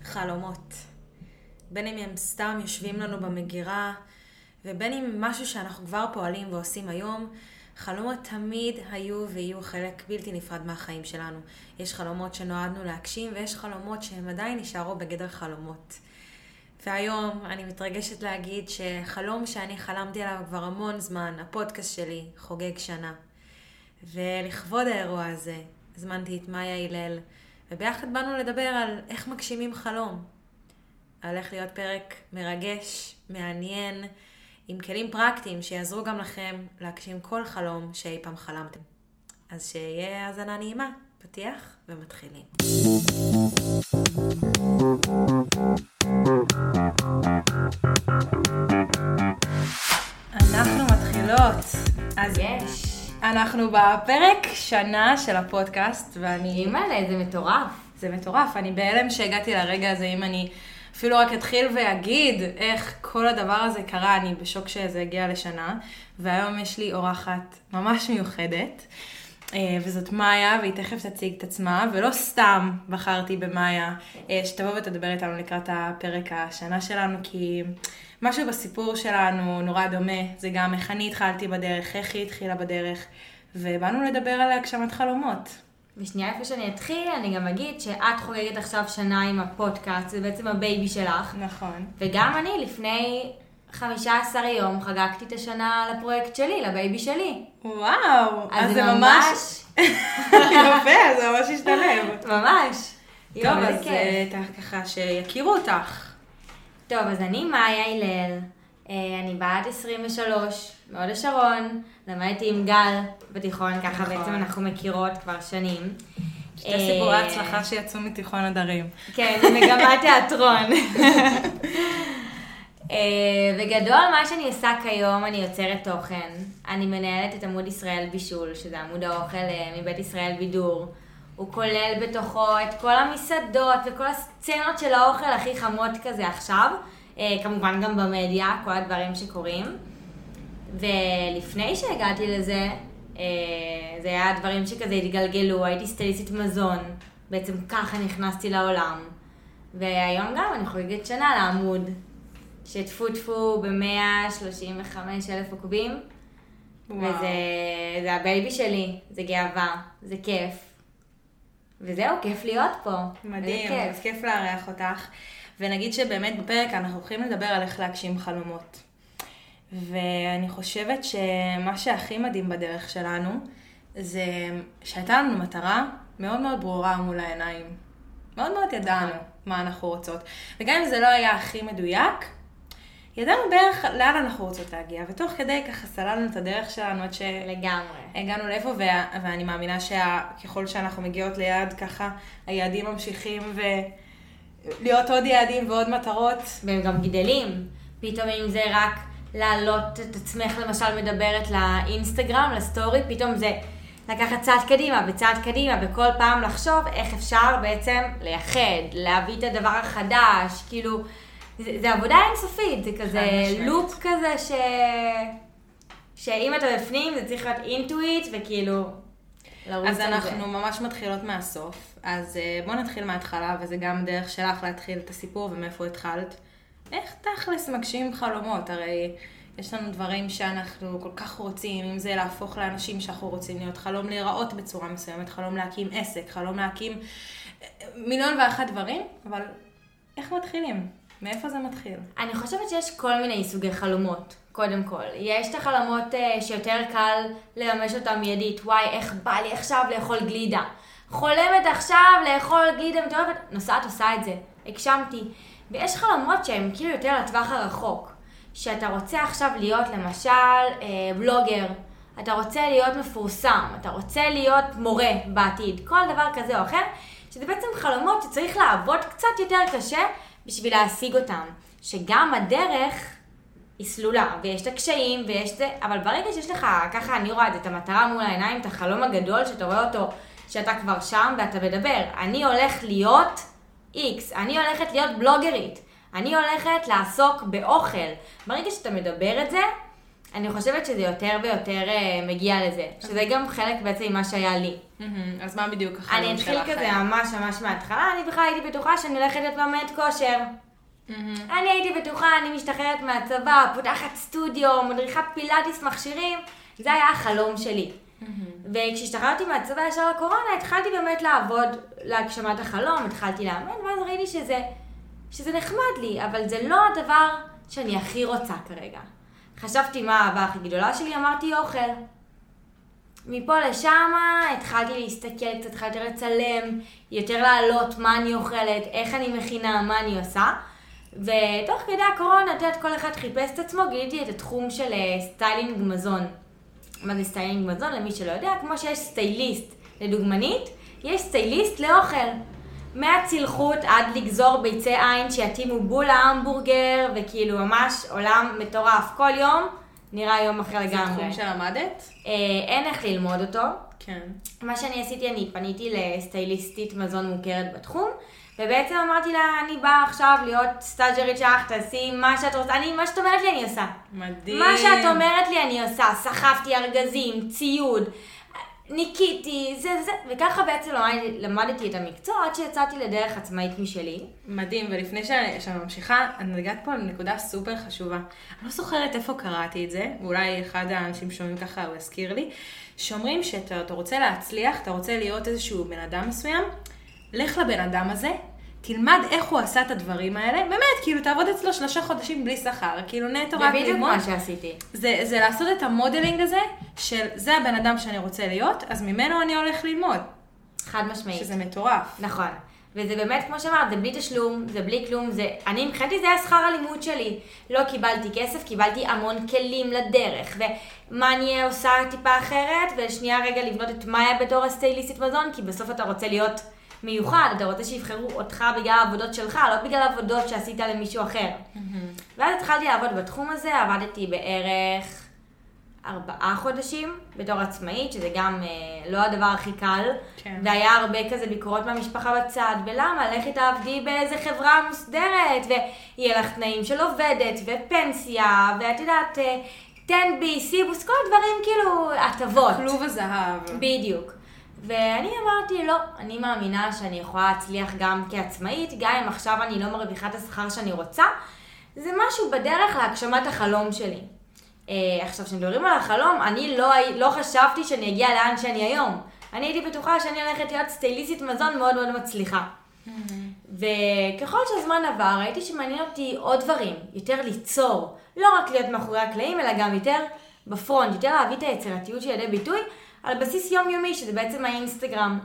חלומות. בין אם הם סתם יושבים לנו במגירה, ובין אם משהו שאנחנו כבר פועלים ועושים היום, חלומות תמיד היו ויהיו חלק בלתי נפרד מהחיים שלנו. יש חלומות שנועדנו להגשים, ויש חלומות שהם עדיין נשארו בגדר חלומות. והיום אני מתרגשת להגיד שחלום שאני חלמתי עליו כבר המון זמן, הפודקאסט שלי חוגג שנה. ולכבוד האירוע הזה, הזמנתי את מאיה הלל, וביחד באנו לדבר על איך מגשימים חלום. הולך להיות פרק מרגש, מעניין, עם כלים פרקטיים שיעזרו גם לכם להגשים כל חלום שאי פעם חלמתם. אז שיהיה האזנה נעימה, פתיח ומתחילים. אנחנו מתחילות. אז אנחנו בפרק שנה של הפודקאסט, ואני... אימא'לה, זה מטורף. זה מטורף. אני בהלם שהגעתי לרגע הזה, אם אני אפילו רק אתחיל ואגיד איך כל הדבר הזה קרה, אני בשוק שזה הגיע לשנה, והיום יש לי אורחת ממש מיוחדת, וזאת מאיה, והיא תכף תציג את עצמה, ולא סתם בחרתי במאיה, שתבוא ותדבר איתנו לקראת הפרק השנה שלנו, כי משהו בסיפור שלנו נורא דומה, זה גם איך אני התחלתי בדרך, איך היא התחילה בדרך, ובאנו לדבר על הגשמת חלומות. ושנייה איפה שאני אתחיל, אני גם אגיד שאת חוגגת עכשיו שנה עם הפודקאסט, זה בעצם הבייבי שלך. נכון. וגם אני לפני 15 יום חגגתי את השנה לפרויקט שלי, לבייבי שלי. וואו, אז זה ממש... יפה, זה ממש השתלב. ממש. טוב, אז ככה שיכירו אותך. טוב, אז אני מאיה הלל, אני בת 23, מהוד השרון, למדתי עם גל בתיכון, ככה בעצם אנחנו מכירות כבר שנים. שתי סיפורי הצלחה שיצאו מתיכון הדרים. כן, מגמת תיאטרון. בגדול, מה שאני עושה כיום, אני יוצרת תוכן. אני מנהלת את עמוד ישראל בישול, שזה עמוד האוכל מבית ישראל בידור. הוא כולל בתוכו את כל המסעדות וכל הסצנות של האוכל הכי חמות כזה עכשיו. כמובן גם במדיה, כל הדברים שקורים. ולפני שהגעתי לזה, זה היה דברים שכזה התגלגלו, הייתי סטייליסטית מזון. בעצם ככה נכנסתי לעולם. והיום גם אני חוגגת שנה לעמוד. שטפו ב-135,000 עוקבים. וזה הבייבי שלי, זה גאווה, זה כיף. וזהו, כיף להיות פה. מדהים, אז כיף לארח אותך. ונגיד שבאמת בפרק אנחנו הולכים לדבר על איך להגשים חלומות. ואני חושבת שמה שהכי מדהים בדרך שלנו, זה שהייתה לנו מטרה מאוד מאוד ברורה מול העיניים. מאוד מאוד ידענו מה אנחנו רוצות. וגם אם זה לא היה הכי מדויק, ידענו בערך לאן אנחנו רוצות להגיע. ותוך כדי ככה סללנו את הדרך שלנו עד לגמרי. הגענו לאיפה, ואני מאמינה שככל שאנחנו מגיעות ליעד ככה, היעדים ממשיכים ולהיות עוד יעדים ועוד מטרות. והם גם גדלים. פתאום אם זה רק להעלות את עצמך למשל מדברת לאינסטגרם, לסטורי, פתאום זה לקחת צעד קדימה וצעד קדימה, וכל פעם לחשוב איך אפשר בעצם לייחד, להביא את הדבר החדש, כאילו, זה עבודה אינסופית, זה כזה לופ כזה שאם אתה בפנים זה צריך להיות אינטואיט וכאילו לרוץ על זה. אז אנחנו ממש מתחילות מהסוף, אז בוא נתחיל מההתחלה, וזה גם דרך שלך להתחיל את הסיפור ומאיפה התחלת. איך תכלס מגשים חלומות? הרי יש לנו דברים שאנחנו כל כך רוצים, אם זה להפוך לאנשים שאנחנו רוצים להיות, חלום להיראות בצורה מסוימת, חלום להקים עסק, חלום להקים 1,001,000 דברים, אבל איך מתחילים? מאיפה זה מתחיל? אני חושבת שיש כל מיני סוגי חלומות, קודם כל. יש את החלומות שיותר קל לממש אותם מיידית. וואי, איך בא לי עכשיו לאכול גלידה. חולמת עכשיו לאכול גלידה מטורפת. נוסעת עושה את זה. הגשמתי. ויש חלומות שהם כאילו יותר לטווח הרחוק. שאתה רוצה עכשיו להיות למשל בלוגר. אתה רוצה להיות מפורסם. אתה רוצה להיות מורה בעתיד. כל דבר כזה או אחר. שזה בעצם חלומות שצריך לעבוד קצת יותר קשה בשביל להשיג אותם. שגם הדרך היא סלולה, ויש את הקשיים, ויש את זה, אבל ברגע שיש לך, ככה אני רואה את המטרה מול העיניים, את החלום הגדול, שאתה רואה אותו, שאתה כבר שם, ואתה מדבר, אני הולך להיות X, אני הולכת להיות בלוגרית, אני הולכת לעסוק באוכל. ברגע שאתה מדבר את זה, אני חושבת שזה יותר ויותר מגיע לזה, שזה גם חלק בעצם ממה שהיה לי. אז מה בדיוק החלום אני שלך? אתחיל כזה ממש מההתחלה, אני בכלל הייתי בטוחה שאני הולכת להיות מאמנת כושר. אני הייתי בטוחה, אני משתחררת מהצבא, פותחת סטודיו, מדריכת פילאטיס, מכשירים, זה היה החלום שלי. וכשהשתחררתי מהצבא ישר לקורונה, התחלתי באמת לעבוד להגשמת החלום, התחלתי לאמן, ואז ראיתי שזה נחמד לי, אבל זה לא הדבר שאני הכי רוצה כרגע. חשבתי מה האהבה הכי גדולה שלי, אמרתי אוכל. מפה לשם התחלתי להסתכל קצת, התחלתי לצלם, יותר לעלות מה אני אוכלת, איך אני מכינה, מה אני עושה. ותוך כדי הקורונה, כל אחד חיפש את עצמו, גיליתי את התחום של סטיילינג מזון. מה זה סטיילינג מזון? למי שלא יודע, כמו שיש סטייליסט לדוגמנית, יש סטייליסט לאוכל. מהצלחות עד לגזור ביצי עין שיתאימו בול ההמבורגר, וכאילו ממש עולם מטורף. כל יום נראה יום אחר לגמרי. זה תחום שלמדת? אין איך ללמוד אותו. כן. מה שאני עשיתי, אני פניתי לסטייליסטית מזון מוכרת בתחום, ובעצם אמרתי לה, אני באה עכשיו להיות סטאג'רית שלך, תעשי מה שאת רוצה, מה שאת אומרת לי אני עושה. מדהים. מה שאת אומרת לי אני עושה, סחפתי ארגזים, ציוד, ניקיתי, זה, וככה בעצם למדתי את המקצוע עד שיצאתי לדרך עצמאית משלי. מדהים, ולפני שאני ממשיכה, אני נגעת פה לנקודה סופר חשובה. אני לא זוכרת איפה קראתי את זה, ואולי אחד האנשים שומעים ככה הוא הזכיר לי, שאומרים שאתה רוצה להצליח, אתה רוצה להיות איזשהו בן אדם מסוים, לך לבן אדם הזה, תלמד איך הוא עשה את הדברים האלה, באמת, כאילו תעבוד אצלו 3 חודשים בלי שכר, כאילו נטו רק ללמוד. בדיוק מה שעשיתי. זה לעשות את המודלינג הזה, של זה הבן אדם שאני רוצה להיות, אז ממנו אני הולך ללמוד. חד משמעית. שזה מטורף. נכון. וזה באמת, כמו שאמרת, זה בלי תשלום, זה בלי כלום, אני מבחינתי זה היה שכר הלימוד שלי. לא קיבלתי כסף, קיבלתי המון כלים לדרך, ומה אני עושה טיפה אחרת, ושנייה רגע לבנות את מאיה בתור הסטייליסטית מזון, כי בסוף אתה רוצה להיות מיוחד, אתה רוצה שיבחרו אותך בגלל העבודות שלך, לא בגלל העבודות שעשית למישהו אחר. ואז התחלתי לעבוד בתחום הזה, עבדתי בערך 4 חודשים בתור עצמאית, שזה גם לא הדבר הכי קל, כן. והיה הרבה כזה ביקורות מהמשפחה בצד, ולמה? לכי תעבדי באיזה חברה מוסדרת, ויהיה לך תנאים של עובדת, ופנסיה, ואת יודעת, 10B, סיבוס, כל הדברים כאילו הטבות. כלוב הזהב. בדיוק. ואני אמרתי, לא, אני מאמינה שאני יכולה להצליח גם כעצמאית, גם אם עכשיו אני לא מרוויחה את השכר שאני רוצה, זה משהו בדרך להגשמת החלום שלי. עכשיו, כשמדברים על החלום, אני לא חשבתי שאני אגיע לאן שאני היום. אני הייתי בטוחה שאני הולכת להיות סטייליסטית מזון מאוד מאוד מצליחה. וככל שהזמן עבר, ראיתי שמעניין אותי עוד דברים, יותר ליצור, לא רק להיות מאחורי הקלעים, אלא גם יותר בפרונט, יותר להביא את היצירתיות של ידי ביטוי, על בסיס יומיומי, שזה בעצם האינסטגרם.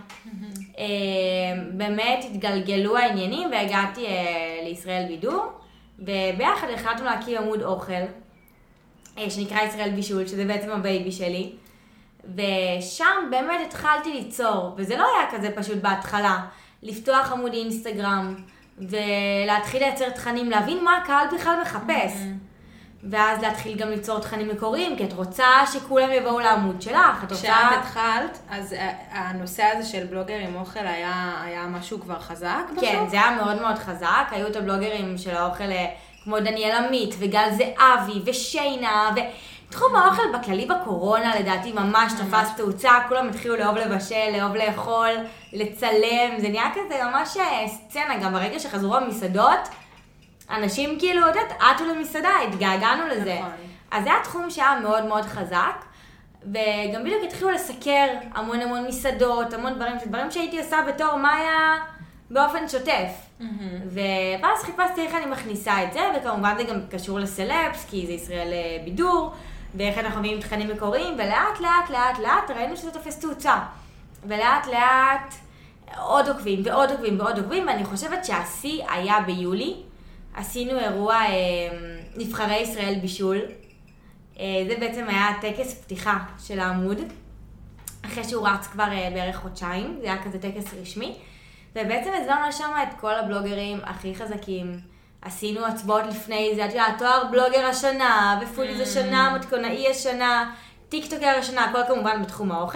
באמת התגלגלו העניינים והגעתי לישראל בידור, וביחד החלטנו להקים עמוד אוכל, שנקרא ישראל בישול, שזה בעצם הבייבי שלי, ושם באמת התחלתי ליצור, וזה לא היה כזה פשוט בהתחלה, לפתוח עמוד אינסטגרם, ולהתחיל לייצר תכנים, להבין מה הקהל בכלל מחפש. ואז להתחיל גם ליצור תכנים מקוריים, כי את רוצה שכולם יבואו לעמוד שלך. כשאת התחלת, אז הנושא הזה של בלוגר עם אוכל היה משהו כבר חזק בסוף? כן, זה היה מאוד מאוד חזק. היו את הבלוגרים של האוכל כמו דניאל עמית וגל זהבי ושיינה, ותחום האוכל בכללי בקורונה לדעתי ממש תפס תאוצה, כולם התחילו לאהוב לבשל, לאהוב לאכול, לצלם, זה נהיה כזה ממש סצנה, גם ברגע שחזרו המסעדות, אנשים כאילו, יודעת, עטו למסעדה, התגעגענו לזה. נכון. אז זה התחום שהיה מאוד מאוד חזק, וגם בדיוק התחילו לסקר המון מסעדות, המון דברים שהייתי עושה בתור מאיה באופן שוטף. ואז חיפשתי איך אני מכניסה את זה, וכמובן זה גם קשור לסלפס, כי זה ישראל בידור, ואיך אנחנו מביאים תכנים מקוריים, ולאט לאט ראינו שזה תופס תאוצה. ולאט לאט עוד עוקבים, ואני חושבת שהשיא היה ביולי, עשינו אירוע נבחרי ישראל בישול. זה בעצם היה טקס פתיחה של העמוד, אחרי שהוא רץ כבר בערך חודשיים, זה היה כזה טקס רשמי, ובעצם הזמנו שם את כל הבלוגרים הכי חזקים. עשינו הצבעות לפני זה, תואר בלוגר השנה, ופוליז השנה, מתכונאי השנה, טיקטוקר השנה, הכל כמובן בתחום האוכל.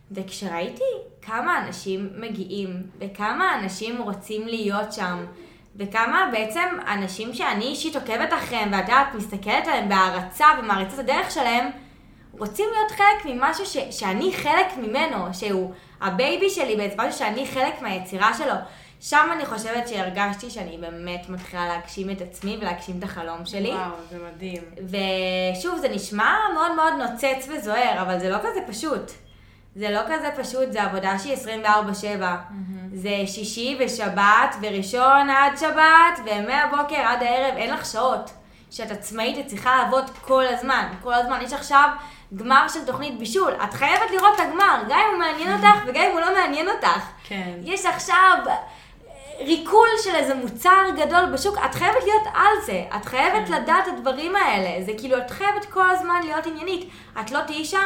וכשראיתי כמה אנשים מגיעים, וכמה אנשים רוצים להיות שם, וכמה בעצם אנשים שאני אישית עוקבת אחריהם, ואת יודעת, מסתכלת עליהם בהערצה ומעריצה את הדרך שלהם, רוצים להיות חלק ממשהו שאני חלק ממנו, שהוא הבייבי שלי, בעצם משהו שאני חלק מהיצירה שלו. שם אני חושבת שהרגשתי שאני באמת מתחילה להגשים את עצמי ולהגשים את החלום שלי. וואו, זה מדהים. ושוב, זה נשמע מאוד מאוד נוצץ וזוהר, אבל זה לא כזה פשוט. זה לא כזה פשוט, זה עבודה שהיא 24/7. זה שישי ושבת וראשון עד שבת, ומהבוקר עד הערב אין לך שעות. שאת עצמאית, את צריכה לעבוד כל הזמן. כל הזמן יש עכשיו גמר של תוכנית בישול. את חייבת לראות את הגמר, גם אם הוא מעניין אותך וגם אם הוא לא מעניין אותך. כן. יש עכשיו ריקול של איזה מוצר גדול בשוק, את חייבת להיות על זה. את חייבת לדעת את הדברים האלה. זה כאילו, את חייבת כל הזמן להיות עניינית. את לא תהיי שם.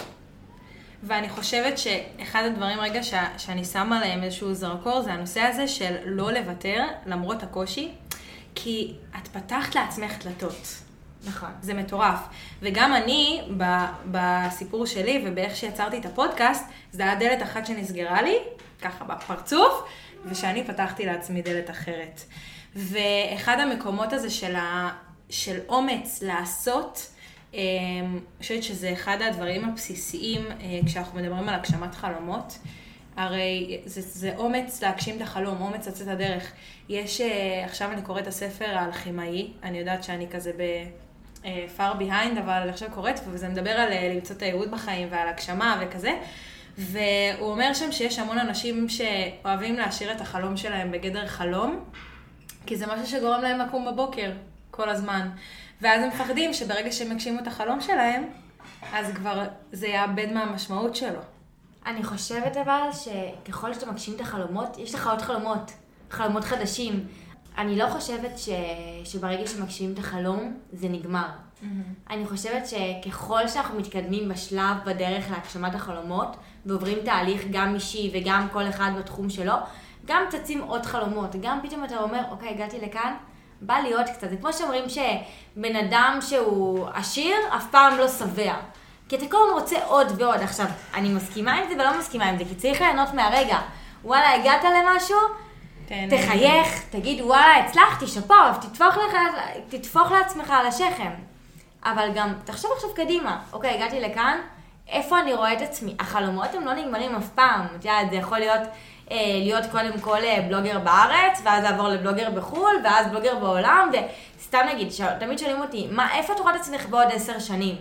ואני חושבת שאחד הדברים רגע שאני שמה להם איזשהו זרקור, זה הנושא הזה של לא לוותר למרות הקושי, כי את פתחת לעצמך דלתות. נכון. זה מטורף. וגם אני, בסיפור שלי ובאיך שיצרתי את הפודקאסט, זה היה דלת אחת שנסגרה לי, ככה בפרצוף, ושאני פתחתי לעצמי דלת אחרת. ואחד המקומות הזה של אומץ לעשות, אני חושבת שזה אחד הדברים הבסיסיים כשאנחנו מדברים על הגשמת חלומות. הרי זה אומץ להגשים את החלום, אומץ לצאת הדרך. יש, עכשיו אני קוראת הספר האלכימאי, אני יודעת שאני כזה far behind, אבל עכשיו קוראת, וזה מדבר על למצוא את הייעוד בחיים ועל הגשמה וכזה. והוא אומר שם שיש המון אנשים שאוהבים להשאיר את החלום שלהם בגדר חלום, כי זה משהו שגורם להם לקום בבוקר כל הזמן. ואז הם מפחדים שברגע שהם מגשימו את החלום שלהם, אז כבר זה יאבד מהמשמעות שלו. אני חושבת אבל שככל שאתה מגשים את החלומות, יש לך עוד חלומות, חלומות חדשים. אני לא חושבת שברגע שמגשימים את החלום, זה נגמר. אני חושבת שככל שאנחנו מתקדמים בשלב בדרך להגשמת החלומות, ועוברים תהליך גם אישי וגם כל אחד בתחום שלו, גם צצים עוד חלומות. גם פתאום אתה אומר, אוקיי, הגעתי לכאן, בא לי עוד קצת. זה כמו שאומרים שבן אדם שהוא עשיר, אף פעם לא שבע. כי אתה כל הזמן רוצה עוד ועוד. עכשיו, אני מסכימה עם זה ולא מסכימה עם זה, כי צריך ליהנות מהרגע. וואלה, הגעת למשהו? תחייך, תגיד, וואלה, הצלחתי, שפוף, תטפוך לעצמך על השכם. אבל גם, תחשוב עכשיו קדימה. אוקיי, הגעתי לכאן, איפה אני רואה את עצמי? החלומות הם לא נגמרים אף פעם. זה יכול להיות קודם כל בלוגר בארץ, ואז לעבור לבלוגר בחול, ואז בלוגר בעולם, וסתם נגיד, תמיד שואלים אותי, איפה את רואה את עצמך בעוד 10 שנים?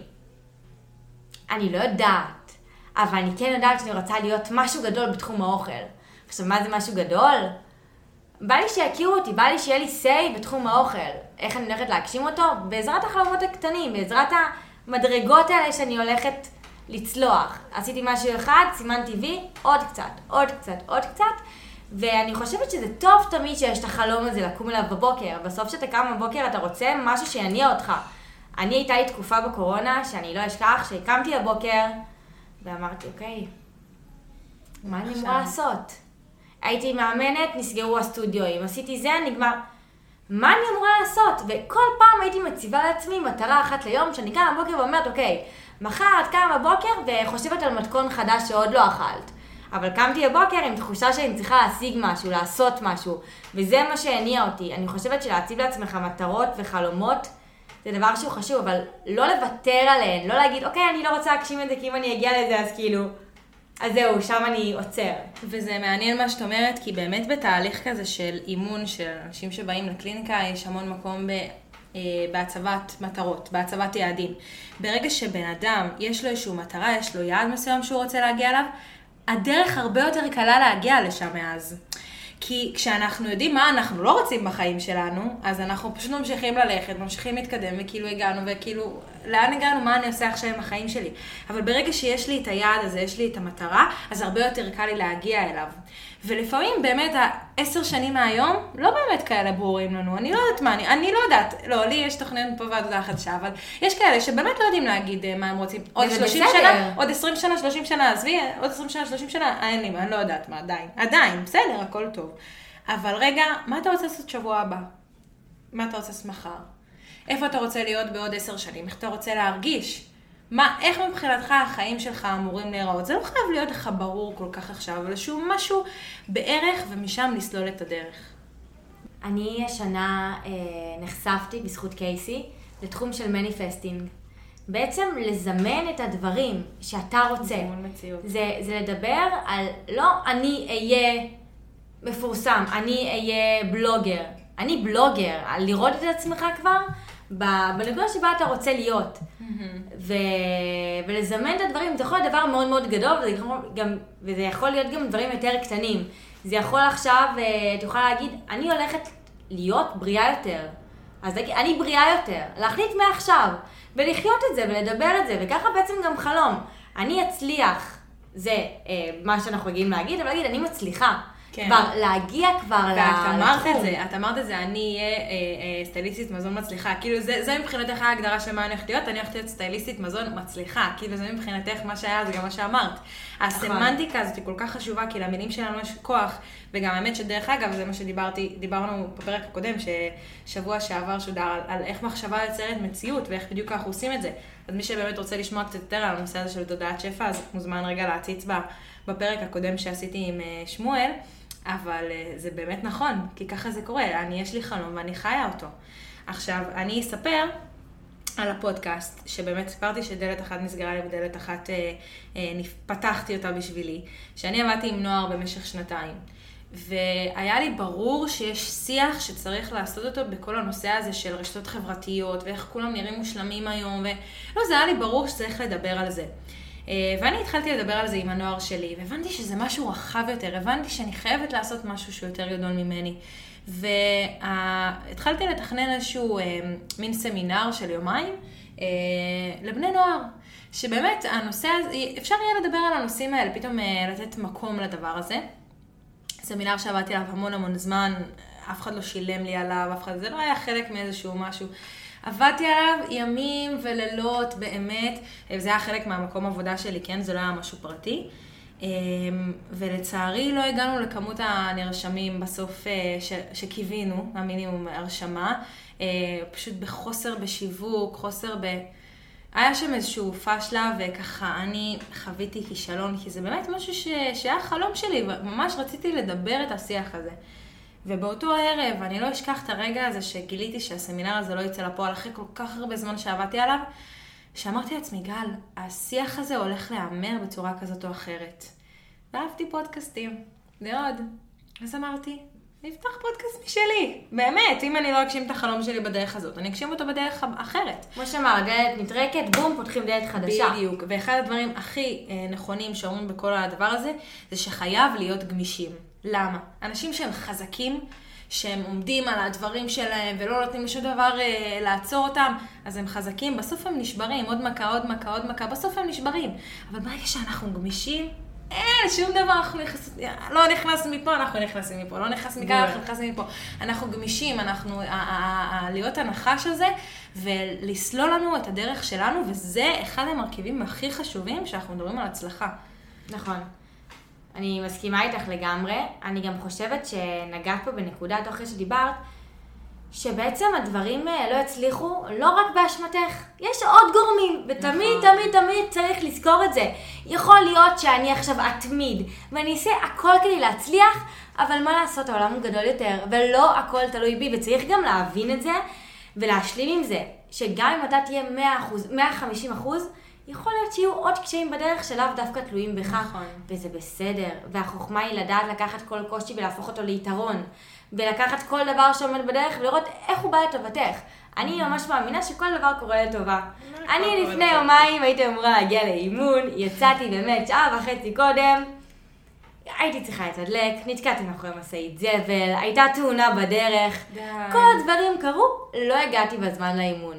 אני לא יודעת, אבל אני כן יודעת שאני רוצה להיות משהו גדול בתחום האוכל. עכשיו, מה זה משהו גדול? בא לי שיכירו אותי, בא לי שיהיה לי say בתחום האוכל. איך אני הולכת להגשים אותו? בעזרת החלומות הקטנים, בעזרת המדרגות האלה שאני הולכת לצלוח. עשיתי משהו אחד, סימנתי וי, עוד קצת, עוד קצת, עוד קצת. ואני חושבת שזה טוב תמיד שיש את החלום הזה לקום אליו בבוקר. בסוף שאתה קם בבוקר אתה רוצה משהו שיניע אותך. אני הייתה לי תקופה בקורונה שאני לא אשכח, שהקמתי הבוקר ואמרתי, אוקיי, מה אני אמורה לעשות? הייתי מאמנת, נסגרו הסטודיואים, עשיתי זה, נגמר. מה אני אמורה לעשות? וכל פעם הייתי מציבה לעצמי מטרה אחת ליום, שאני קמה בבוקר ואומרת, אוקיי, מחר את קמה בבוקר וחושבת על מתכון חדש שעוד לא אכלת. אבל קמתי בבוקר עם תחושה שאני צריכה להשיג משהו, לעשות משהו, וזה מה שהניע אותי. אני חושבת שלהציב לעצמך מטרות וחלומות, זה דבר שהוא חשוב, אבל לא לוותר עליהן, לא להגיד, אוקיי, אני לא רוצה להגשים את זה, כי אם אני אגיע לזה, אז כאילו, אז זהו, שם אני עוצר. וזה מעניין מה שאת אומרת, כי באמת בתהליך כזה של אימון של אנשים שבאים לקליניקה, יש המון מקום בהצבת מטרות, בהצבת יעדים. ברגע שבן אדם יש לו איזשהו מטרה, יש לו יעד מסוים שהוא רוצה להגיע אליו, הדרך הרבה יותר קלה להגיע לשם מאז. כי כשאנחנו יודעים מה אנחנו לא רוצים בחיים שלנו, אז אנחנו פשוט ממשיכים ללכת, ממשיכים להתקדם, וכאילו הגענו, וכאילו, לאן הגענו, מה אני עושה עכשיו עם החיים שלי. אבל ברגע שיש לי את היעד הזה, יש לי את המטרה, אז הרבה יותר קל לי להגיע אליו. ולפעמים באמת 10 שנים מהיום לא באמת כאלה ברורים לנו. אני לא יודעת מה, אני לא יודעת. לא, לי יש תוכניות פה ועבודה חדשה, אבל יש כאלה שבאמת לא יודעים להגיד מה הם רוצים. עוד 30 שנה, עוד 20 שנה, 30 שנה, עזבי, עוד 20 שנה, 30 שנה, אין לי, אני לא יודעת מה, עדיין, בסדר, הכל טוב. אבל רגע, מה אתה רוצה לעשות שבוע הבא? מה אתה רוצה לעשות מחר? איפה אתה רוצה להיות בעוד 10 שנים? איך אתה רוצה להרגיש? איך מבחינתך החיים שלך אמורים להיראות? זה לא חייב להיות לך ברור כל כך עכשיו, אבל שהוא משהו בערך ומשם לסלול את הדרך. אני השנה נחשפתי בזכות קייסי לתחום של מניפסטינג. בעצם לזמן את הדברים שאתה רוצה. זה לדבר על, לא אני אהיה מפורסם, אני אהיה בלוגר. אני בלוגר, על לראות את עצמך כבר בנקודה שבה אתה רוצה להיות. ולזמן את הדברים, זה יכול להיות דבר מאוד מאוד גדול, וזה יכול להיות גם דברים יותר קטנים. זה יכול עכשיו, את יכולה להגיד, אני הולכת להיות בריאה יותר. אז אני בריאה יותר, להחליט מעכשיו, ולחיות את זה, ולדבר את זה, וככה בעצם גם חלום. אני אצליח, זה מה שאנחנו רגילים להגיד, אבל להגיד, אני מצליחה. כן. כבר להגיע כבר לתחום. את אמרת את זה, אני אהיה סטייליסטית מזון מצליחה. כאילו זה מבחינתך ההגדרה של מה אני הולכת להיות, אני הולכת להיות סטייליסטית מזון מצליחה. כאילו זה מבחינתך מה שהיה, זה גם מה שאמרת. הסמנטיקה הזאת היא כל כך חשובה, כי למילים שלנו יש כוח, וגם האמת שדרך אגב, זה מה שדיברנו בפרק הקודם, ששבוע שעבר שודר על איך מחשבה יוצרת מציאות, ואיך בדיוק אנחנו עושים את זה. אז מי שבאמת רוצה לשמוע קצת יותר על הנושא הזה של תודעת שפע, אז מוזמן רגע להציץ בפרק הקודם שעשיתי עם שמואל, אבל זה באמת נכון, כי ככה זה קורה. יש לי חלום ואני חיה אותו. עכשיו, אני אספר על הפודקאסט, שבאמת סיפרתי שדלת אחת נסגרה לי ודלת אחת פתחתי אותה בשבילי, שאני עבדתי עם נוער במשך 2 והיה לי ברור שיש שיח שצריך לעשות אותו בכל הנושא הזה של רשתות חברתיות, ואיך כולם נראים מושלמים היום, ולא, זה היה לי ברור שצריך לדבר על זה. ואני התחלתי לדבר על זה עם הנוער שלי, והבנתי שזה משהו רחב יותר, הבנתי שאני חייבת לעשות משהו שהוא יותר גדול ממני. והתחלתי לתכנן איזשהו מין סמינר של 2 לבני נוער, שבאמת הנושא הזה, אפשר יהיה לדבר על הנושאים האלה, פתאום לתת מקום לדבר הזה. סמינר שעבדתי עליו המון זמן, אף אחד לא שילם לי עליו, זה לא היה חלק מאיזשהו משהו. עבדתי עליו ימים ולילות באמת, וזה היה חלק מהמקום עבודה שלי, כן? זה לא היה משהו פרטי. ולצערי לא הגענו לכמות הנרשמים בסוף שקיווינו, המינימום הרשמה, פשוט בחוסר בשיווק, היה שם איזשהו פשלה, וככה אני חוויתי כישלון, כי זה באמת משהו שהיה חלום שלי, וממש רציתי לדבר את השיח הזה. ובאותו הערב, אני לא אשכח את הרגע הזה שגיליתי שהסמינר הזה לא יצא לפועל אחרי כל כך הרבה זמן שעבדתי עליו, שאמרתי לעצמי, גל, השיח הזה הולך להיאמר בצורה כזאת או אחרת. ואהבתי פודקאסטים, ועוד. אז אמרתי, נפתח פודקאסט משלי. באמת, אם אני לא אגשים את החלום שלי בדרך הזאת, אני אגשים אותו בדרך אחרת. כמו שאמר, דלת נטרקת, בום, פותחים דלת חדשה. בדיוק, ואחד הדברים הכי נכונים שאומרים בכל הדבר הזה, זה שחייב להיות גמישים. למה? אנשים שהם חזקים, שהם עומדים על הדברים שלהם ולא נותנים לשום דבר לעצור אותם, אז הם חזקים, בסוף הם נשברים, עוד מכה, בסוף הם נשברים. אבל ברגע שאנחנו גמישים, שום דבר לא נכנס מפה, אנחנו נכנסים מפה, לא נכנס מכאן, אנחנו נכנסים מפה. אנחנו גמישים, להיות הנחש הזה, ולסלול לנו את הדרך שלנו, וזה אחד המרכיבים הכי חשובים שאנחנו מדברים על הצלחה. נכון. אני מסכימה איתך לגמרי. אני גם חושבת שנגעת פה בנקודה תוך כדי שדיברת, שבעצם הדברים לא הצליחו לא רק באשמתך. יש עוד גורמים, ותמיד צריך לזכור את זה. יכול להיות שאני עכשיו אתמיד, ואני אעשה הכל כדי להצליח, אבל מה לעשות, העולם הוא גדול יותר, ולא הכל תלוי בי, וצריך גם להבין את זה, ולהשלים עם זה, שגם אם אתה תהיה 100%, 150%, יכול להיות שיהיו עוד קשיים בדרך שלאו דווקא תלויים בך, נכון. וזה בסדר. והחוכמה היא לדעת לקחת כל קושי ולהפוך אותו ליתרון, ולקחת כל דבר שעומד בדרך ולראות איך הוא בא לטובתך. אני ממש מאמינה שכל דבר קורה לטובה. אני לפני יומיים הייתי אמורה להגיע לאימון, יצאתי באמת 1.5 שעות קודם, הייתי צריכה לתדלק, נתקעתי מאחורי משאית זבל, הייתה תאונה בדרך, כל הדברים קרו, לא הגעתי בזמן לאימון.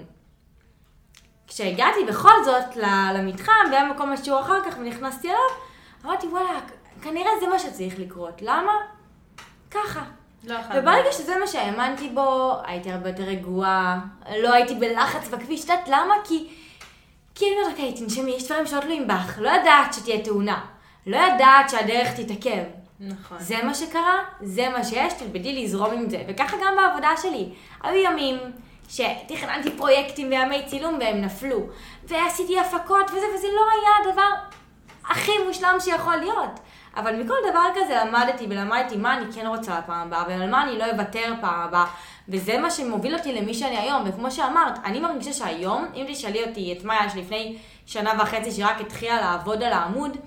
כשהגעתי בכל זאת למתחם, והיה מקום השיעור אחר כך ונכנסתי אליו, אמרתי, וואלה, כנראה זה מה שצריך לקרות. למה? ככה. וברגע שזה מה שהאמנתי בו, הייתי הרבה יותר רגועה, לא הייתי בלחץ בכביש, יודעת למה? כי אני אומרת, אוקיי, תנשמי, יש דברים שעוד תלויים בך, לא ידעת שתהיה תאונה, לא ידעת שהדרך תתעכב. נכון. זה מה שקרה, זה מה שיש, תלבדי לזרום עם זה. וככה גם בעבודה שלי. היו ימים שתכננתי פרויקטים וימי צילום והם נפלו, ועשיתי הפקות וזה לא היה הדבר הכי מושלם שיכול להיות. אבל מכל דבר כזה למדתי מה אני כן רוצה לפעם הבאה, ועל מה אני לא אוותר פעם הבאה. וזה מה שמוביל אותי למי שאני היום, וכמו שאמרת, אני מרגישה שהיום, אם תשאלי אותי את מאיה שלפני 1.5 שנה שרק התחילה לעבוד על העמוד,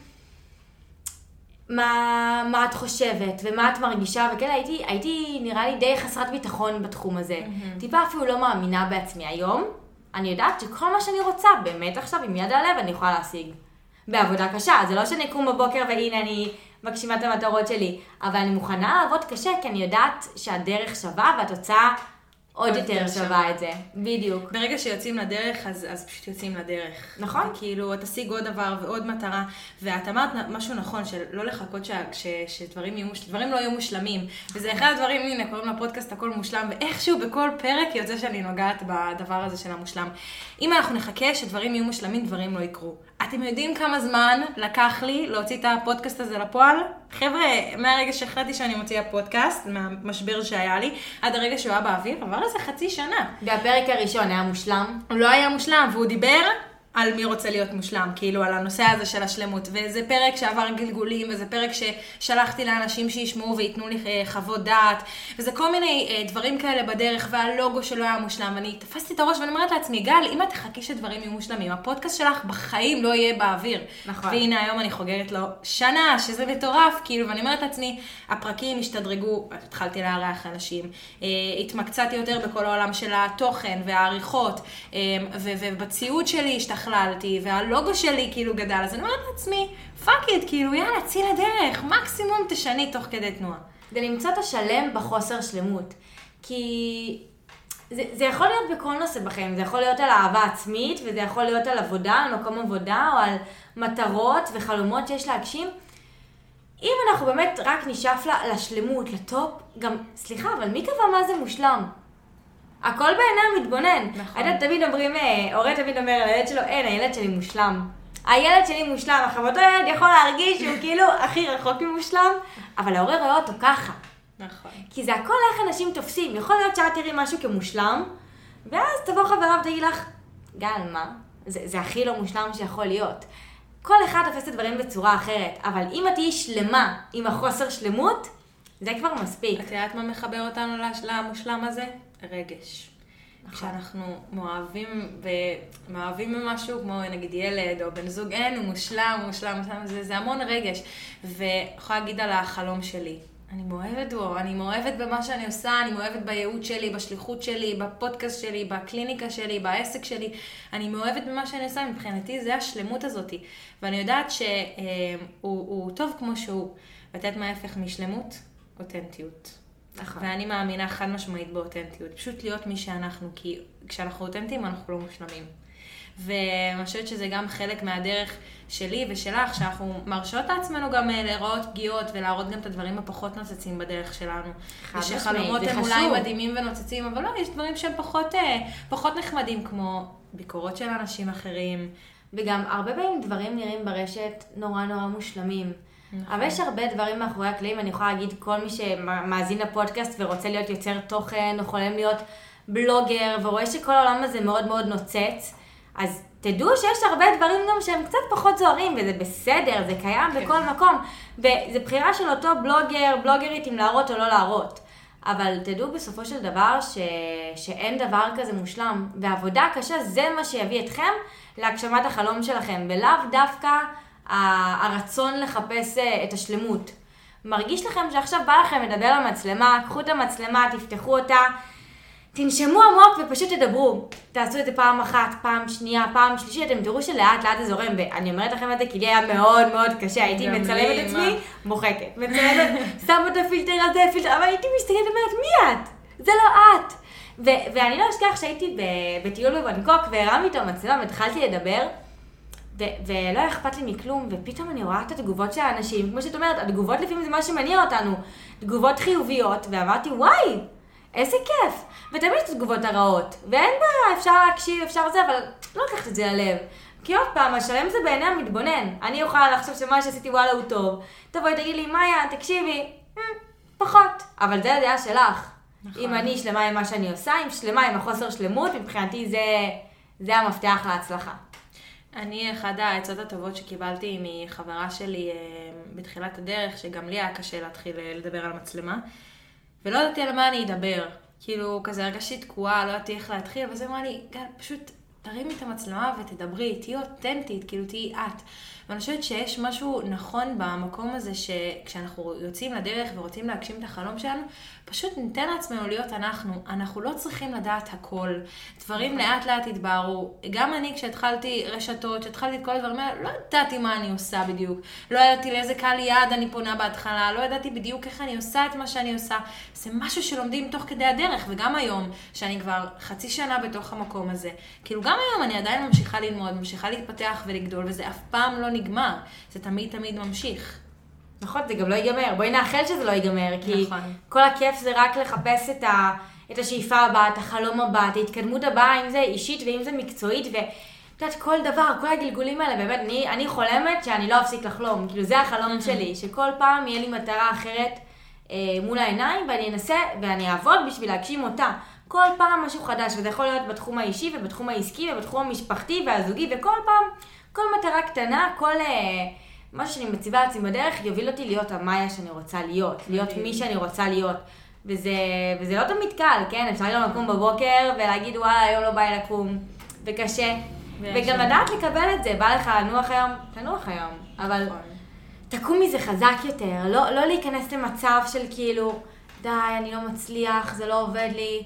מה את חושבת ומה את מרגישה, וכן הייתי נראה לי די חסרת ביטחון בתחום הזה. טיפה אפילו לא מאמינה בעצמי. היום אני יודעת שכל מה שאני רוצה, באמת עכשיו עם יד הלב אני יכולה להשיג. בעבודה קשה, זה לא שאני אקום בבוקר והנה אני מגשימה את המטרות שלי, אבל אני מוכנה לעבוד קשה כי אני יודעת שהדרך שווה והתוצאה עוד יותר שווה את זה. בדיוק. ברגע שיוצאים לדרך, אז פשוט יוצאים לדרך. נכון. כאילו, תשיג עוד דבר ועוד מטרה, ואת אמרת משהו נכון, שלא לחכות שדברים לא יהיו מושלמים. וזה אחד הדברים, הנה, קוראים לפודקאסט הכל מושלם, ואיכשהו בכל פרק יוצא שאני נוגעת בדבר הזה של המושלם. אם אנחנו נחכה שדברים יהיו מושלמים, דברים לא יקרו. אתם יודעים כמה זמן לקח לי להוציא את הפודקאסט הזה לפועל? חבר'ה, מהרגע שהחלטתי שאני מוציאה פודקאסט, מהמשבר שהיה לי, עד הרגע שהוא היה באוויר, עבר איזה 0.5 שנה. והפרק הראשון היה מושלם? הוא לא היה מושלם, והוא דיבר על מי רוצה להיות מושלם, כאילו על הנושא הזה של השלמות. וזה פרק שעבר גלגולים, וזה פרק ששלחתי לאנשים שישמעו ויתנו לי חוות דעת, וזה כל מיני דברים כאלה בדרך, והלוגו שלו היה מושלם. ואני תפסתי את הראש ואני אומרת לעצמי, גל, אם את תחכי שדברים יהיו מושלמים, הפודקאסט שלך בחיים לא יהיה באוויר. נכון. והנה היום אני חוגגת לו שנה, שזה מטורף, כאילו, ואני אומרת לעצמי, הפרקים השתדרגו, התחלתי לארח אנשים, התמקצעתי יותר בכל העולם של התוכן והעריכות, ובציוד שלי השתכללתי, והלוגו שלי כאילו גדל, אז אני אומרת לעצמי, פאק איט, כאילו, יאללה, צאי לדרך, מקסימום תשני תוך כדי תנועה. זה למצוא את השלם בחוסר שלמות, כי זה יכול להיות בכל נושא בחיים, זה יכול להיות על אהבה עצמית, וזה יכול להיות על עבודה, על מקום עבודה, או על מטרות וחלומות שיש להגשים. אם אנחנו באמת רק נשאף לשלמות, לטופ, גם, סליחה, אבל מי קבע מה זה מושלם? הכל בעיני מתבונן. נכון. תמיד אומרים, הורה תמיד אומר על הילד שלו, אין, הילד שלי מושלם. הילד שלי מושלם, עכשיו אותו ילד יכול להרגיש שהוא כאילו הכי רחוק ממושלם, אבל ההורה רואה אותו ככה. נכון. כי זה הכל איך אנשים תופסים. יכול להיות שאת תראי משהו כמושלם, ואז תבוא חברה ותגיד לך, גל, מה? זה הכי לא מושלם שיכול להיות. כל אחד תופס את הדברים בצורה אחרת, אבל אם את תהיי שלמה עם החוסר שלמות, זה כבר מספיק. את יודעת מה מחבר אותנו למושלם הזה? רגש. כשאנחנו מאוהבים במשהו, כמו נגיד ילד או בן זוג, אין, הוא מושלם, זה המון רגש. ויכולה להגיד על החלום שלי. אני מאוהבת בו, אני מאוהבת במה שאני עושה, אני מאוהבת בייעוד שלי, בשליחות שלי, בפודקאסט שלי, בקליניקה שלי, בעסק שלי. אני מאוהבת במה שאני עושה, מבחינתי זה השלמות הזאת. ואני יודעת שהוא טוב כמו שהוא. לתת מה ההפך משלמות? אותנטיות. נכון. ואני מאמינה חד משמעית באותנטיות. פשוט להיות מי שאנחנו, כי כשאנחנו אותנטיים אנחנו לא מושלמים. ואני חושבת שזה גם חלק מהדרך שלי ושלך, שאנחנו מרשות לעצמנו גם להראות פגיעות ולהראות גם את הדברים הפחות נוצצים בדרך שלנו. ושחלומות הם אולי מדהימים ונוצצים, אבל לא, יש דברים שהם פחות נחמדים, כמו ביקורות של אנשים אחרים. וגם הרבה פעמים דברים נראים ברשת נורא מושלמים. אבל יש הרבה דברים מאחורי הקלעים, אני יכולה להגיד, כל מי שמאזין לפודקאסט ורוצה להיות יוצר תוכן, או חולם להיות בלוגר, ורואה שכל העולם הזה מאוד מאוד נוצץ, אז תדעו שיש הרבה דברים גם שהם קצת פחות זוהרים, וזה בסדר, זה קיים בכל מקום, וזה בחירה של אותו בלוגרית אם להראות או לא להראות. אבל תדעו בסופו של דבר שאין דבר כזה מושלם, ועבודה קשה זה מה שיביא אתכם להגשמת החלום שלכם, ולאו דווקא הרצון לחפש את השלמות. מרגיש לכם שעכשיו בא לכם לדבר למצלמה, קחו את המצלמה, תפתחו אותה, תנשמו עמוק ופשוט תדברו. תעשו את זה פעם אחת, פעם שנייה, פעם שלישית, אתם תראו שלאט לאט זה זורם. ואני אומרת לכם את זה כי לי היה מאוד מאוד קשה. הייתי מצלמת את עצמי, מוחקת. מצלמת, שמה את הפילטר הזה, אבל הייתי מסתכלת ואומרת, מי את? זה לא את. ואני לא אשכח שהייתי בטיול בבנקוק והרמתי את המצלמה והתחלתי לדבר. ולא אכפת לי מכלום, ופתאום אני רואה את התגובות של האנשים, כמו שאת אומרת, התגובות לפעמים זה מה שמניע אותנו, תגובות חיוביות, ואמרתי, וואי, איזה כיף, ותמיד יש תגובות הרעות, ואין בעיה, אפשר להקשיב, אפשר זה, אבל לא לקחת את זה ללב, כי עוד פעם, השלם זה בעיני המתבונן, אני אוכל לחשוב שמה שעשיתי וואלה הוא טוב, תבואי תגיד לי, מאיה, תקשיבי, פחות, אבל זה הדעה שלך, נכון. אם אני שלמה עם מה שאני עושה, אם שלמה עם החוסר שלמות, מבחינתי זה המפתח להצלחה. אני, אחד העצות הטובות שקיבלתי מחברה שלי בתחילת הדרך, שגם לי היה קשה להתחיל לדבר על מצלמה, ולא ידעתי על מה אני אדבר. כאילו, כזה הרגשתי תקועה, לא ידעתי איך להתחיל, וזה אמרה לי, גל, פשוט תרימי את המצלמה ותדברי, תהיי אותנטית, כאילו תהיי את. ואני חושבת שיש משהו נכון במקום הזה שכשאנחנו יוצאים לדרך ורוצים להגשים את החלום שלנו, פשוט ניתן לעצמנו להיות אנחנו לא צריכים לדעת הכל. דברים לאט לאט התבהרו. גם אני כשהתחלתי רשתות, כשהתחלתי את כל הדברים האלה, לא ידעתי מה אני עושה בדיוק. לא ידעתי לאיזה קהל יעד אני פונה בהתחלה, לא ידעתי בדיוק איך אני עושה את מה שאני עושה. זה משהו שלומדים תוך כדי הדרך, וגם היום, שאני כבר חצי שנה בתוך המקום הזה. כאילו גם היום אני עדיין ממשיכה ללמוד, ממשיכה להתפתח ולגדול, וזה אף פעם לא נגמר. זה תמיד תמיד ממשיך. נכון, זה גם לא ייגמר. בואי נאחל שזה לא ייגמר, כי נכון. כל הכיף זה רק לחפש את השאיפה הבאה, את החלום הבא, את ההתקדמות הבאה, אם זה אישית ואם זה מקצועית, יודעת, כל דבר, כל הגלגולים האלה, באמת, אני חולמת שאני לא אפסיק לחלום. כאילו, זה החלום שלי, שכל פעם יהיה לי מטרה אחרת מול העיניים, ואני אנסה ואני אעבוד בשביל להגשים אותה. כל פעם משהו חדש, וזה יכול להיות בתחום האישי ובתחום העסקי ובתחום המשפחתי והזוגי, וכל פעם, כל מטרה קטנה, כל משהו שאני מציבה לעצמי בדרך, יוביל אותי להיות המאיה שאני רוצה להיות מי שאני רוצה להיות. וזה לא תמיד קל, כן? אפשר להיות לקום בבוקר ולהגיד, וואלה, היום לא בא לי לקום, וקשה. וגם לדעת לקבל את זה, בא לך לנוח היום, תנוח היום. אבל תקום מזה חזק יותר, לא להיכנס למצב של כאילו, די, אני לא מצליח, זה לא עובד לי,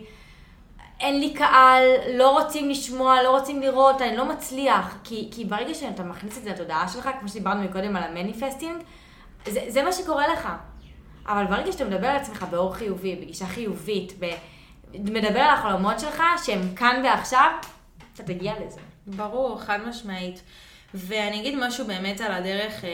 אין לי קהל, לא רוצים לשמוע, לא רוצים לראות, אני לא מצליח. כי ברגע שאתה מכניס את זה לתודעה שלך, כמו שדיברנו מקודם על המניפסטינג, זה מה שקורה לך. אבל ברגע שאתה מדבר על עצמך באור חיובי, בגישה חיובית, מדבר על החלומות שלך, שהם כאן ועכשיו, אתה תגיע לזה. ברור, חד משמעית. ואני אגיד משהו באמת על הדרך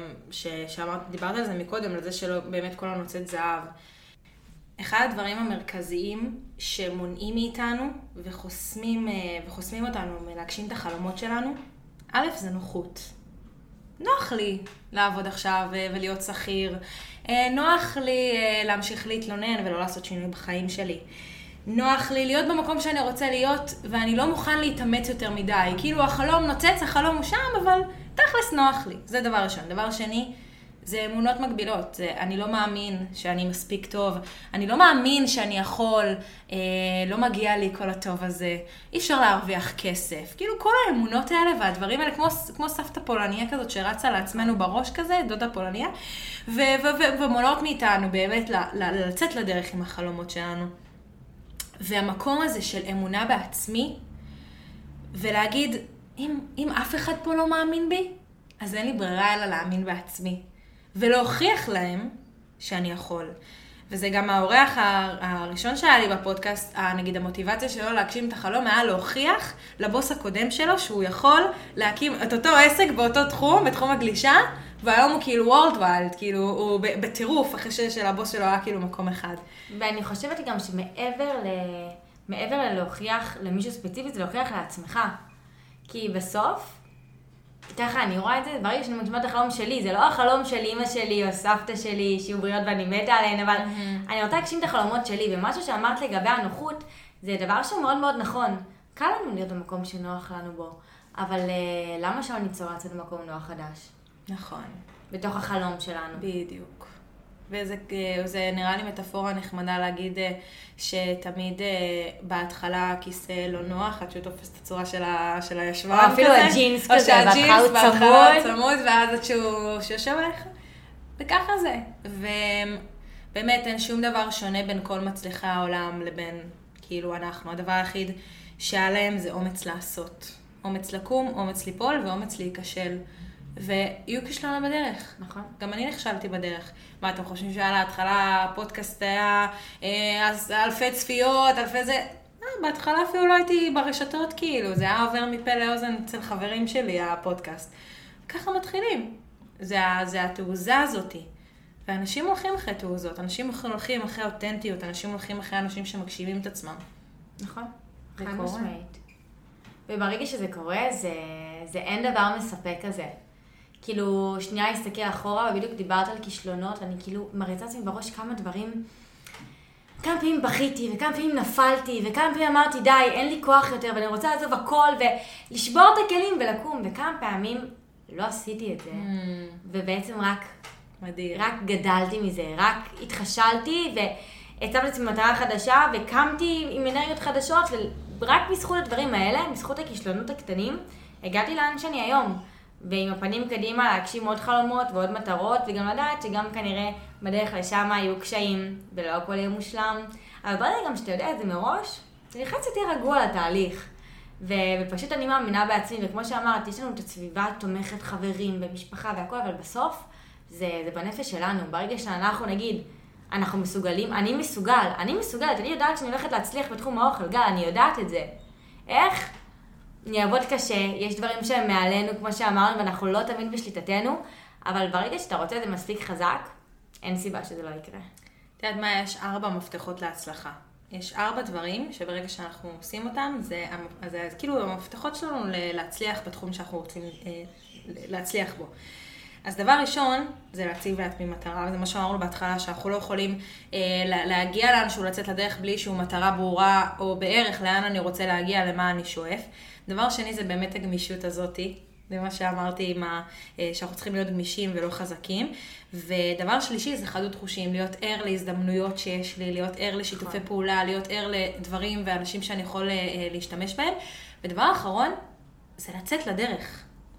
דיברת על זה מקודם, על זה שלא באמת כל הנוצאת זהב. אחד הדברים המרכזיים שמונעים מאיתנו וחוסמים אותנו מלהגשים את החלומות שלנו, א', זה נוחות. נוח לי לעבוד עכשיו ולהיות שכיר. נוח לי להמשיך להתלונן ולא לעשות שינוי בחיים שלי. נוח לי להיות במקום שאני רוצה להיות, ואני לא מוכן להתאמץ יותר מדי. כאילו החלום נוצץ, החלום הוא שם, אבל תכלס נוח לי. זה דבר ראשון. דבר שני, זה אמונות מגבילות. אני לא מאמין שאני מספיק טוב. אני לא מאמין שאני יכול, לא מגיע לי כל הטוב הזה. אי אפשר להרוויח כסף. כאילו כל האמונות האלה והדברים האלה, כמו סבתא פולניה כזאת שרצה לעצמנו בראש כזה, דודה פולניה, ומונעות מאיתנו באמת לצאת לדרך עם החלומות שלנו. והמקום הזה של אמונה בעצמי, ולהגיד, אם אף אחד פה לא מאמין בי, אז אין לי ברירה אלא להאמין בעצמי. ולהוכיח להם שאני יכול. וזה גם האורח הראשון שהיה לי בפודקאסט, נגיד המוטיבציה שלו להגשים את החלום, היה להוכיח לבוס הקודם שלו שהוא יכול להקים את אותו עסק באותו תחום, בתחום הגלישה, והיום הוא כאילו וורלדווייד, כאילו הוא בטירוף, אחרי שלבוס שלו היה כאילו מקום אחד. ואני חושבת גם שמעבר ללהוכיח למישהו ספציפי, זה להוכיח לעצמך. כי בסוף, ככה אני רואה את זה, ברגע שאני מגשימה את החלום שלי, זה לא החלום של אמא שלי או סבתא שלי, שיהיו בריאות ואני מתה עליהן, אבל אני רוצה להגשים את החלומות שלי, ומשהו שאמרת לגבי הנוחות, זה דבר שהוא מאוד מאוד נכון. קל לנו להיות במקום שנוח לנו בו, אבל למה שלא ניצור לצאת במקום נוח חדש? נכון. בתוך החלום שלנו. בדיוק. וזה נראה לי מטאפורה נחמדה להגיד שתמיד בהתחלה הכיסא לא נוח, עד שהוא תופס את הצורה של הישבן כזה. או אפילו הג'ינס כזה, בהתחלה הוא צמוד, ואז עד שהוא יושב עליך. וככה זה. ובאמת אין שום דבר שונה בין כל מצליחי העולם לבין כאילו אנחנו. הדבר היחיד שעליהם זה אומץ לעשות. אומץ לקום, אומץ ליפול ואומץ להיכשל. ויהיו כשלונה בדרך. נכון. גם אני נכשלתי בדרך. מה, אתם חושבים שהיה להתחלה הפודקאסט היה אלפי צפיות, אלפי זה? בהתחלה אפילו לא הייתי ברשתות כאילו, זה היה עובר מפה לאוזן אצל חברים שלי, הפודקאסט. ככה מתחילים. זה התעוזה הזאת. ואנשים הולכים אחרי תעוזות, אנשים הולכים אחרי אותנטיות, אנשים הולכים אחרי אנשים שמקשיבים את עצמם. נכון. זה קורה. וברגע שזה קורה, זה אין דבר מספק כזה. כאילו, שנייה להסתכל אחורה, ובדיוק דיברת על כישלונות, ואני כאילו מריצה עצמי בראש כמה דברים כמה פעמים בכיתי, וכמה פעמים נפלתי, וכמה פעמים אמרתי, די, אין לי כוח יותר, ואני רוצה לעזוב הכל, ולשבור את הכלים ולקום, וכמה פעמים לא עשיתי את זה. ובעצם רק גדלתי מזה, רק התחשלתי, והצבתי לעצמי מטרה חדשה, וקמתי עם אנרגיות חדשות, ורק בזכות הדברים האלה, בזכות הכישלונות הקטנים, הגעתי לאן שאני היום. ועם הפנים קדימה להגשים עוד חלומות ועוד מטרות, וגם לדעת שגם כנראה בדרך לשם יהיו קשיים, ולא הכל יהיה מושלם. אבל ברגע גם שאתה יודע את זה מראש, זה נלחץ יותר רגוע לתהליך. ופשוט אני מאמינה בעצמי, וכמו שאמרת, יש לנו את הסביבה תומכת חברים ומשפחה והכל, אבל בסוף זה בנפש שלנו. ברגע שאנחנו נגיד, אנחנו מסוגלים, אני מסוגלת, אני יודעת שאני הולכת להצליח בתחום האוכל, גל, אני יודעת את זה. איך? אני אעבוד קשה, יש דברים שהם מעלינו, כמו שאמרנו, ואנחנו לא תמיד בשליטתנו, אבל ברגע שאתה רוצה את זה מספיק חזק, אין סיבה שזה לא יקרה. אתה יודעת מה? יש 4 מפתחות להצלחה. יש 4 דברים שברגע שאנחנו עושים אותם, זה כאילו המפתחות שלנו להצליח בתחום שאנחנו רוצים להצליח בו. אז דבר ראשון, זה להציב לעצמי מטרה, וזה מה שאמרנו בהתחלה, שאנחנו לא יכולים להגיע לאנשהו, לצאת לדרך בלי שהוא מטרה ברורה, או בערך לאן אני רוצה להגיע, למה אני שואף. דבר שני, זה באמת הגמישות הזאת, זה מה שאמרתי, שאנחנו צריכים להיות גמישים ולא חזקים. ודבר שלישי, זה חדות חושים, להיות ער להזדמנויות שיש לי, להיות ער לשיתופי פעולה, להיות ער לדברים ואנשים שאני יכול להשתמש בהם. ודבר אחרון, זה לצאת לדרך.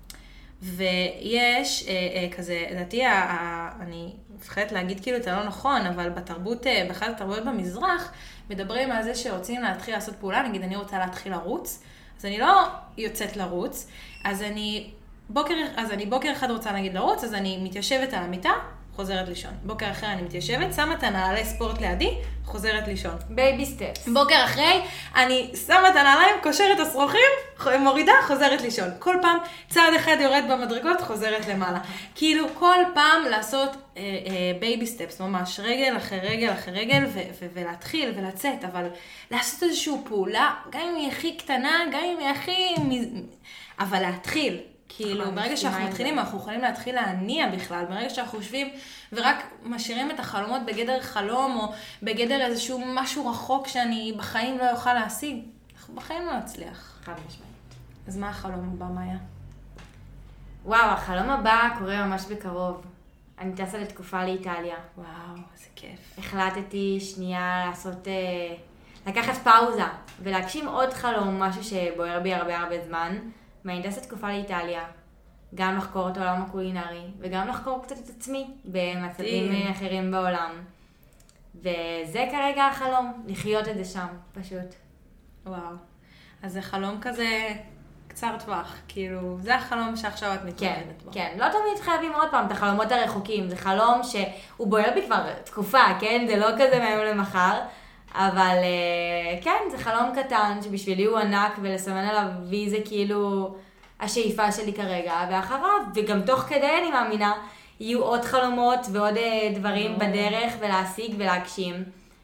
ויש כזה, לדעתי, אני מפחדת להגיד כאילו את הלא נכון, אבל באחת התרבויות במזרח, מדברים על זה שרוצים להתחיל לעשות פעולה, נגיד אני רוצה להתחיל לרוץ, אז אני לא יוצאת לרוץ, אז אני בוקר אחד רוצה נגיד לרוץ, אז אני מתיישבת על המיטה, חוזרת לישון. בוקר אחרי אני מתיישבת, שמה את הנעלי ספורט לידי, חוזרת לישון. בייבי סטפס. בוקר אחרי אני שמה את הנעליים, קושרת את השרוכים, מורידה, חוזרת לישון. כל פעם צעד אחד יורד במדרגות, חוזרת למעלה. כאילו כל פעם לעשות בייבי סטפס, ממש רגל אחרי רגל אחרי רגל, ולהתחיל ולצאת, אבל לעשות איזושהי פעולה, גם אם היא הכי קטנה, גם אם היא הכי... אבל להתחיל. כאילו, ברגע שאנחנו מתחילים, אנחנו יכולים להתחיל להניע בכלל. ברגע שאנחנו יושבים ורק משאירים את החלומות בגדר חלום, או בגדר איזשהו משהו רחוק שאני בחיים לא אוכל להשיג, אנחנו בחיים לא נצליח. חד משמעית. אז מה החלום הבא, מאיה? וואו, החלום הבא קורה ממש בקרוב. אני טסה לתקופה לאיטליה. וואו, איזה כיף. החלטתי שנייה לקחת פאוזה, ולהגשים עוד חלום, משהו שבוער בי הרבה זמן. ואני טסה תקופה לאיטליה, גם לחקור את העולם הקולינרי, וגם לחקור קצת את עצמי במצבים אחרים בעולם. וזה כרגע החלום, לחיות את זה שם, פשוט. וואו. אז זה חלום כזה קצר טווח, כאילו, זה החלום שעכשיו את מתמודדת בו. כן, לא תמיד חייבים עוד פעם את החלומות הרחוקים, זה חלום שהוא בוער בי כבר תקופה, כן? זה לא כזה מהיום למחר. אבל כן, זה חלום קטן שבשבילי הוא ענק, ולסמן עליו וי זה כאילו השאיפה שלי כרגע, ואחריו, וגם תוך כדי אני מאמינה, יהיו עוד חלומות ועוד דברים בדרך ולהשיג ולהגשים.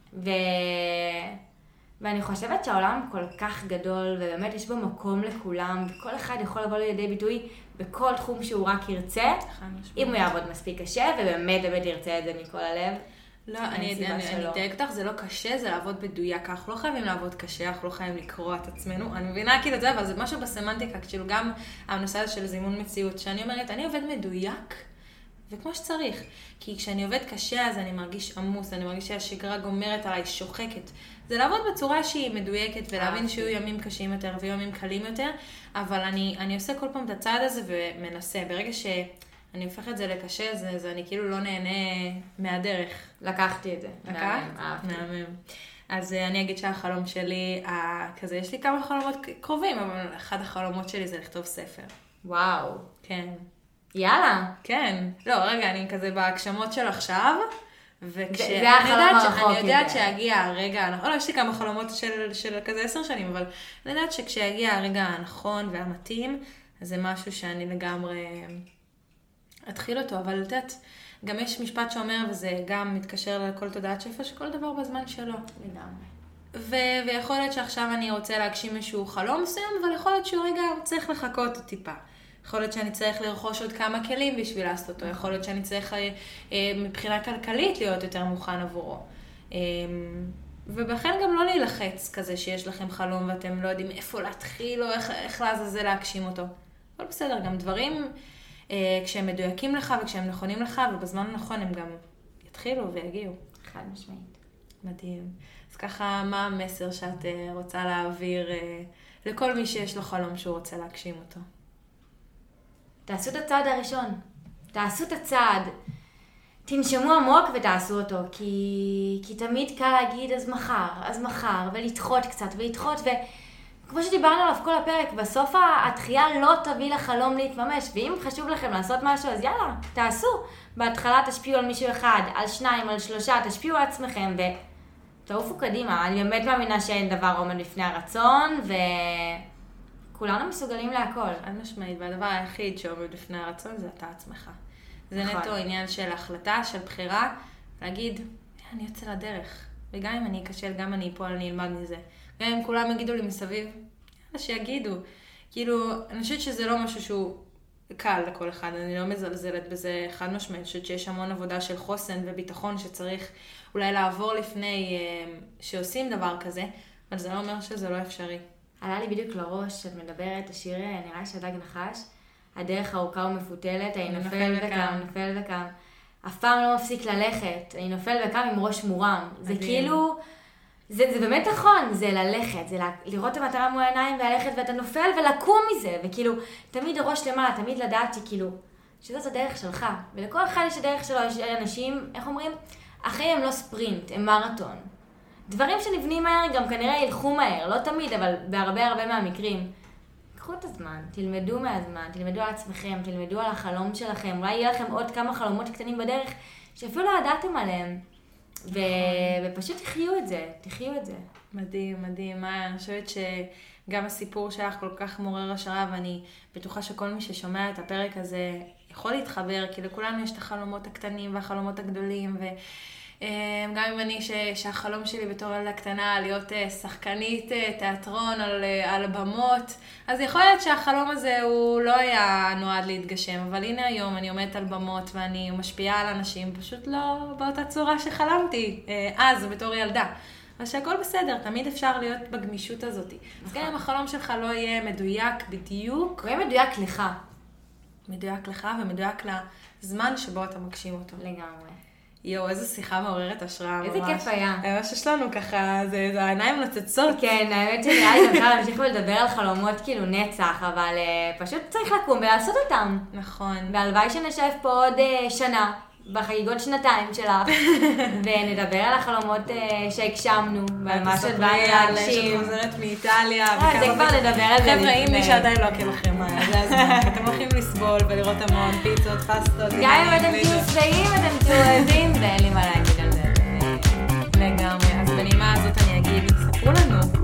ואני חושבת שהעולם כל כך גדול, ובאמת יש בו מקום לכולם, וכל אחד יכול לבוא לידי ביטוי בכל תחום שהוא רק ירצה, אם הוא יעבוד מספיק קשה, ובאמת ירצה את זה מכל הלב. לא, אני אדייק אותך, זה לא קשה, זה לעבוד מדויק, אנחנו לא חייבים לעבוד קשה, אנחנו לא חייבים לקרוא את עצמנו, אני מבינה כאילו את זה, אבל זה משהו בסמנטיקה, כאילו גם הנושא הזה של זימון מציאות, שאני אומרת, אני עובד מדויק, וכמו שצריך, כי כשאני עובד קשה, אז אני מרגיש עמוס, אני מרגיש שהשגרה גומרת עליי, שוחקת, זה לעבוד בצורה שהיא מדויקת, ולהבין שיהיו ימים קשים יותר, וימים קלים יותר, אבל אני עושה כל פעם את הצעד הזה, ומנסה, ברגע אני הופך את זה לקשה, אז אני כאילו לא נהנה מהדרך. לקחתי את זה. לקחת? מהמם. אז אני אגיד שהחלום שלי, כזה, יש לי כמה חלומות קרובים, אבל אחד החלומות שלי זה לכתוב ספר. וואו. כן. יאללה. כן. לא, רגע, אני כזה בהגשמות של עכשיו, זה החלום הרחוק. אני יודעת שיגיע הרגע, לא, יש לי כמה חלומות של כזה 10 שנים, אבל אני יודעת שכשיגיע הרגע הנכון והמתאים, אז זה משהו שאני לגמרי אתחיל אותו, אבל לתת, גם יש משפט שאומר, וזה גם מתקשר לכל תודעת שפע, שכל דבר בזמן שלו. ויכול להיות שעכשיו אני רוצה להגשים איזשהו חלום מסוים, אבל יכול להיות שהוא רגע צריך לחכות טיפה. יכול להיות שאני צריך לרכוש עוד כמה כלים בשביל לעשות אותו. יכול להיות שאני צריך מבחינה כלכלית להיות יותר מוכן עבורו. ובכן גם לא להילחץ כזה שיש לכם חלום ואתם לא יודעים איפה להתחיל או איך לעזאזל להגשים אותו. אבל בסדר, גם דברים כשהם מדויקים לך וכשהם נכונים לך ובזמן הנכון הם גם יתחילו ויגיעו. חד משמעית. מדהים. אז ככה, מה המסר שאת רוצה להעביר לכל מי שיש לו חלום שהוא רוצה להגשים אותו? תעשו את הצעד הראשון. תעשו את הצעד. תנשמו עמוק ותעשו אותו, כי תמיד קל להגיד אז מחר, ולדחות קצת, וכמו שדיברנו עליו כל הפרק, בסוף התחייה לא תביא לחלום להתממש, ואם חשוב לכם לעשות משהו, אז יאללה, תעשו. בהתחלה תשפיעו על מישהו אחד, על 2, על 3, תשפיעו על עצמכם, ותעופו קדימה. אני באמת מאמינה שאין דבר עומד לפני הרצון, וכולנו מסוגלים להכל. חד משמעית, והדבר היחיד שעומד לפני הרצון זה אתה עצמך. זה נטו עניין של החלטה, של בחירה, להגיד, אני יוצא לדרך. וגם אם אני אקשל, גם אני אפול, אני אלמד מזה. גם אם כולם יגידו לי מסביב, יאללה שיגידו. כאילו, אני חושבת שזה לא משהו שהוא קל לכל אחד, אני לא מזלזלת בזה חד משמעית. אני חושבת שיש המון עבודה של חוסן וביטחון שצריך אולי לעבור לפני שעושים דבר כזה, אבל זה לא אומר שזה לא אפשרי. עלה לי בדיוק לראש, שאת מדברת, השיר נראה שדג נחש, הדרך ארוכה ומפותלת, אני נופל וקם. אף פעם לא מפסיק ללכת, אני נופל וקם עם ראש מורם. זה כאילו, זה באמת נכון, זה ללכת, זה לראות את המטרה מול העיניים וללכת ואתה נופל ולקום מזה, וכאילו, תמיד הראש למעלה, תמיד לדעת שכאילו, שזאת הדרך שלך. ולכל אחד יש הדרך שלו, יש אנשים, איך אומרים? החיים הם לא ספרינט, הם מרתון. דברים שנבנים מהר גם כנראה ילכו מהר, לא תמיד, אבל בהרבה מהמקרים. קחו את הזמן, תלמדו מהזמן, תלמדו על עצמכם, תלמדו על החלום שלכם, אולי יהיה לכם עוד כמה חלומות קטנים בדרך שאפילו לא ידעתם עליהם, ופשוט תחיו את זה. מדהים. אני חושבת שגם הסיפור שלך כל כך מעורר השראה, ואני בטוחה שכל מי ששומע את הפרק הזה יכול להתחבר, כי לכולנו יש את החלומות הקטנים והחלומות הגדולים, גם אם אני שהחלום שלי בתור ילדה קטנה להיות שחקנית תיאטרון על במות, אז יכול להיות שהחלום הזה הוא לא היה נועד להתגשם, אבל הנה היום אני עומדת על במות ואני משפיעה על אנשים, פשוט לא באותה צורה שחלמתי אז בתור ילדה. אז שהכל בסדר, תמיד אפשר להיות בגמישות הזאת. אז גם אם החלום שלך לא יהיה מדויק בדיוק, הוא יהיה מדויק לך. מדויק לך ומדויק לזמן שבו אתה מגשים אותו. לגמרי. יואו, איזו שיחה מעוררת השראה ממש. איזה כיף היה. ממש יש לנו ככה, זה העיניים נוצצות. כן, האמת שנראה לי אפשר להמשיך ולדבר על חלומות כאילו נצח, אבל פשוט צריך לקום ולעשות אותם. נכון. והלוואי שנשב פה עוד שנה, בחגיגות 2 שלך, ונדבר על החלומות שהגשמנו, ועל מה שאת באה להגשים. שאת חוזרת מאיטליה. זה כבר נדבר על זה. חבר'ה, אם מי שעדיין לא עקב לכם מה, זה הזמן. אתם הולכים לסבול ולראות המון פיצות, פסטות. גם אם אתם תהיו שבעים, אתם תהיו אוהבים, ואין לי מה להגיד על זה. לגמרי. אז בנימה הזאת אני אגיד, ספרו לנו.